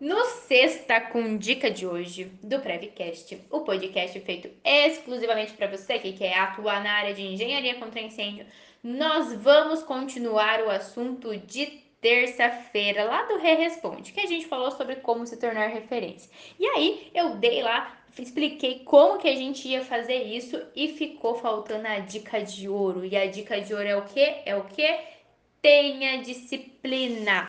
No Sexta com Dica de hoje do Prevcast, o podcast feito exclusivamente para você que quer atuar na área de engenharia contra incêndio, nós vamos continuar o assunto de terça-feira lá do Responde, que a gente falou sobre como se tornar referência. E aí eu dei lá, expliquei como que a gente ia fazer isso e ficou faltando a dica de ouro. E a dica de ouro é o quê? É o quê? Tenha disciplina.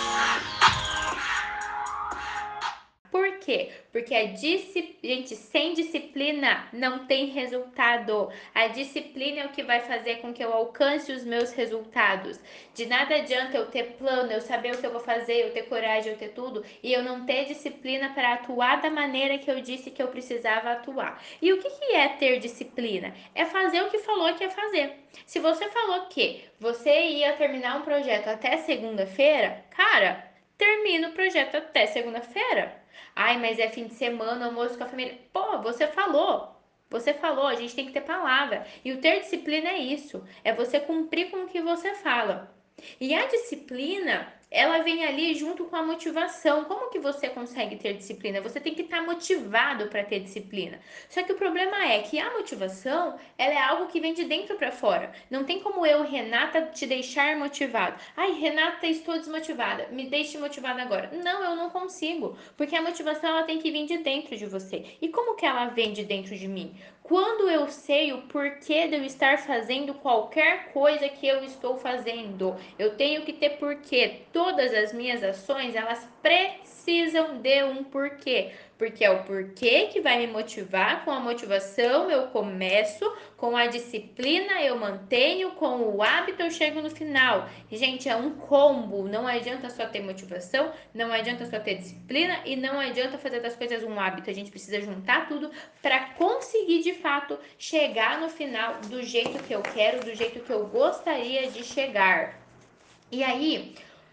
Por quê? Porque gente, sem disciplina não tem resultado. A disciplina é o que vai fazer com que eu alcance os meus resultados. De nada adianta eu ter plano, eu saber o que eu vou fazer, eu ter coragem, eu ter tudo, e eu não ter disciplina para atuar da maneira que eu disse que eu precisava atuar. E o que é ter disciplina? É fazer o que falou que ia fazer. Se você falou que você ia terminar um projeto até segunda-feira, cara, termina o projeto até segunda-feira. Ai, mas é fim de semana, almoço com a família. Pô, você falou. Você falou, a gente tem que ter palavra. E o ter disciplina é isso. É você cumprir com o que você fala. E a disciplina, ela vem ali junto com a motivação. Como que você consegue ter disciplina? Você tem que estar motivado para ter disciplina. Só que o problema é que a motivação, ela é algo que vem de dentro para fora. Não tem como eu, Renata, te deixar motivado. Ai, Renata, estou desmotivada. Me deixe motivada agora. Não, eu não consigo, porque a motivação ela tem que vir de dentro de você. E como que ela vem de dentro de mim? Quando eu sei o porquê de eu estar fazendo qualquer coisa que eu estou fazendo, eu tenho que ter porquê. Todas as minhas ações, elas precisam de um porquê. Porque é o porquê que vai me motivar. Com a motivação eu começo, com a disciplina eu mantenho, com o hábito eu chego no final. Gente, é um combo. Não adianta só ter motivação, não adianta só ter disciplina e não adianta fazer das coisas um hábito. A gente precisa juntar tudo para conseguir de fato chegar no final do jeito que eu quero, do jeito que eu gostaria de chegar. E aí,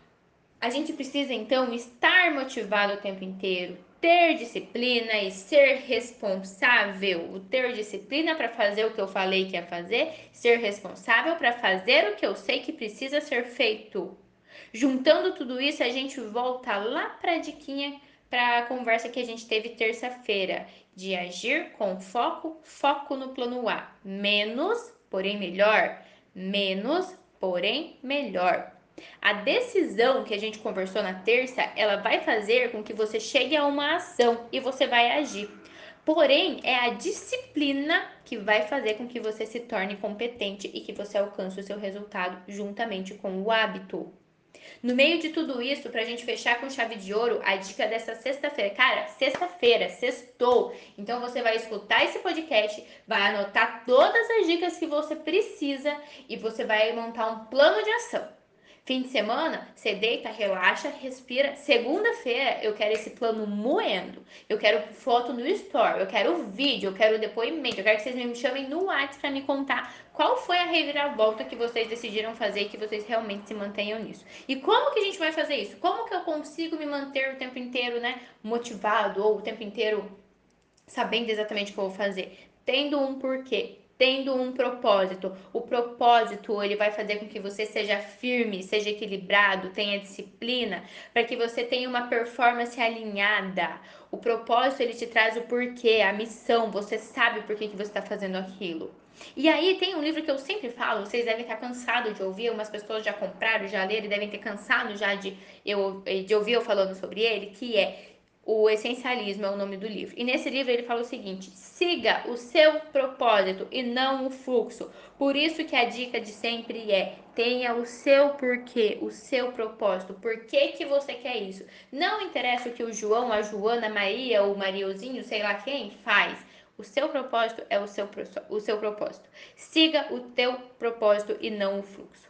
a gente precisa então estar motivado o tempo inteiro, ter disciplina e ser responsável. O ter disciplina para fazer o que eu falei que ia fazer, ser responsável para fazer o que eu sei que precisa ser feito. Juntando tudo isso, a gente volta lá para a diquinha, para a conversa que a gente teve terça-feira, de agir com foco, foco no plano A. Menos, porém melhor. Menos, porém melhor. A decisão que a gente conversou na terça, ela vai fazer com que você chegue a uma ação e você vai agir. Porém, é a disciplina que vai fazer com que você se torne competente e que você alcance o seu resultado juntamente com o hábito. No meio de tudo isso, pra gente fechar com chave de ouro, a dica dessa sexta-feira. Cara, sexta-feira, sextou. Então você vai escutar esse podcast, vai anotar todas as dicas que você precisa e você vai montar um plano de ação. Fim de semana, você deita, relaxa, respira. Segunda-feira, eu quero esse plano moendo. Eu quero foto no Store, eu quero vídeo, eu quero depoimento. Eu quero que vocês me chamem no WhatsApp pra me contar qual foi a reviravolta que vocês decidiram fazer e que vocês realmente se mantenham nisso. E como que a gente vai fazer isso? Como que eu consigo me manter o tempo inteiro, né, motivado ou o tempo inteiro sabendo exatamente o que eu vou fazer? Tendo um porquê, tendo um propósito. O propósito, ele vai fazer com que você seja firme, seja equilibrado, tenha disciplina, para que você tenha uma performance alinhada. O propósito, ele te traz o porquê, a missão, você sabe por que você está fazendo aquilo. E aí tem um livro que eu sempre falo, vocês devem estar cansados de ouvir, algumas pessoas já compraram, já leram e devem ter cansado já de ouvir eu falando sobre ele, que é O Essencialismo, é o nome do livro. E nesse livro ele fala o seguinte: siga o seu propósito e não o fluxo. Por isso que a dica de sempre é: tenha o seu porquê, o seu propósito. Por que que você quer isso? Não interessa o que o João, a Joana, a Maria, o Mariozinho, sei lá quem, faz. O seu propósito é o seu propósito. Siga o teu propósito e não o fluxo.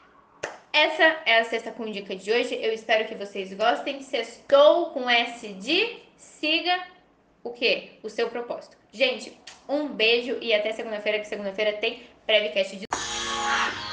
Essa é a Sexta com Dica de hoje. Eu espero que vocês gostem. Sextou com S de siga o quê? O seu propósito. Gente, um beijo e até segunda-feira, que segunda-feira tem Prevcast de